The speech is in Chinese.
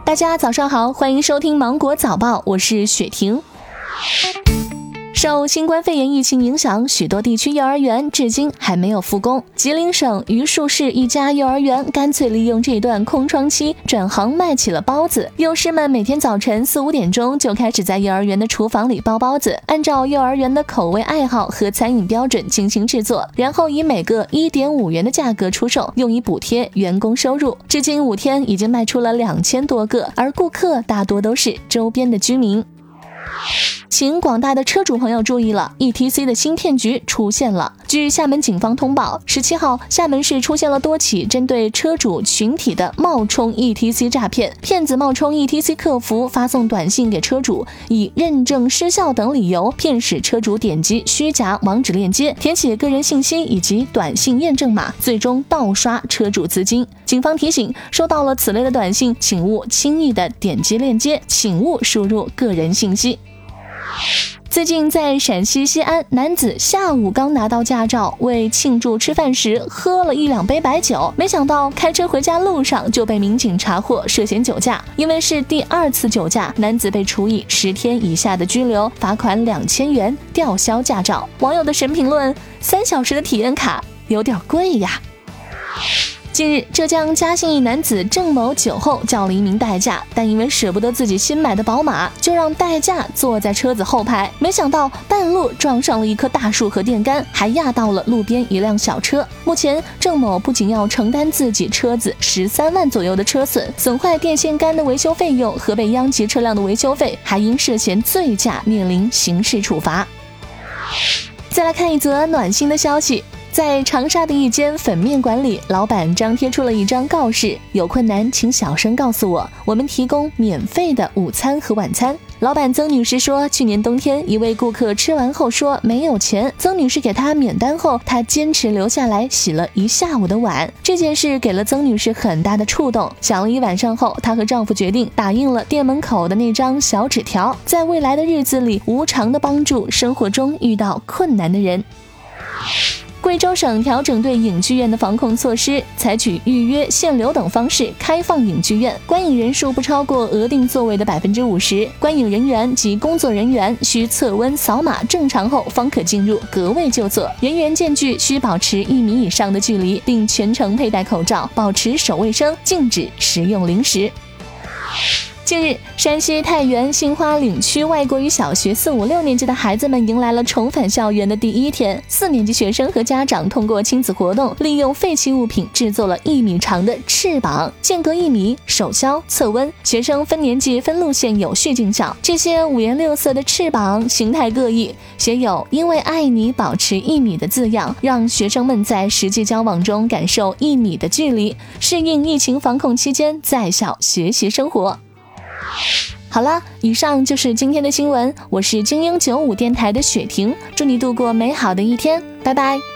大家早上好，欢迎收听芒果早报，我是雪婷。受新冠肺炎疫情影响，许多地区幼儿园至今还没有复工。吉林省榆树市一家幼儿园干脆利用这段空窗期，转行卖起了包子。幼师们每天早晨4、5点钟就开始在幼儿园的厨房里包包子，按照幼儿园的口味爱好和餐饮标准进行制作，然后以每个1.5元的价格出售，用以补贴员工收入。至今5天已经卖出了2000多个，而顾客大多都是周边的居民。请广大的车主朋友注意了 ，ETC 的新骗局出现了。据厦门警方通报，17号，厦门市出现了多起针对车主群体的冒充 ETC 诈骗。骗子冒充 ETC 客服发送短信给车主，以认证失效等理由，骗使车主点击虚假网址链接，填写个人信息以及短信验证码，最终盗刷车主资金。警方提醒，收到了此类的短信，请勿轻易的点击链接，请勿输入个人信息。最近在陕西西安，男子下午刚拿到驾照，为庆祝吃饭时喝了1、2杯白酒，没想到开车回家路上就被民警查获涉嫌酒驾。因为是第2次酒驾，男子被处以10天以下的拘留，罚款2000元，吊销驾照。网友的神评论：3小时的体验卡有点贵呀。近日，浙江嘉兴一男子郑某酒后叫了一名代驾，但因为舍不得自己新买的宝马，就让代驾坐在车子后排，没想到半路撞上了一棵大树和电杆，还压到了路边一辆小车。目前，郑某不仅要承担自己车子13万左右的车损、损坏电线杆的维修费用和被殃及车辆的维修费，还因涉嫌醉驾面临刑事处罚。再来看一则暖心的消息。在长沙的一间粉面馆里，老板张贴出了一张告示，有困难请小声告诉我，我们提供免费的午餐和晚餐。老板曾女士说，去年冬天一位顾客吃完后说没有钱，曾女士给她免单后，她坚持留下来洗了一下午的碗。这件事给了曾女士很大的触动，想了一晚上后，她和丈夫决定打印了店门口的那张小纸条，在未来的日子里无偿的帮助生活中遇到困难的人。贵州省调整对影剧院的防控措施，采取预约、限流等方式开放影剧院，观影人数不超过额定座位的50%，观影人员及工作人员需测温扫码正常后方可进入隔位就坐，人员间距需保持1米以上的距离，并全程佩戴口罩，保持手卫生，禁止食用零食。近日，山西太原杏花岭区外国语小学4、5、6年级的孩子们迎来了重返校园的第1天。4年级学生和家长通过亲子活动，利用废弃物品制作了1米长的翅膀，间隔1米，手消测温。学生分年级分路线有序进校。这些5颜6色的翅膀形态各异，写有因为爱你保持1米的字样，让学生们在实际交往中感受1米的距离，适应疫情防控期间在校学习生活。好了，以上就是今天的新闻，我是精英95电台的雪婷，祝你度过美好的一天，拜拜。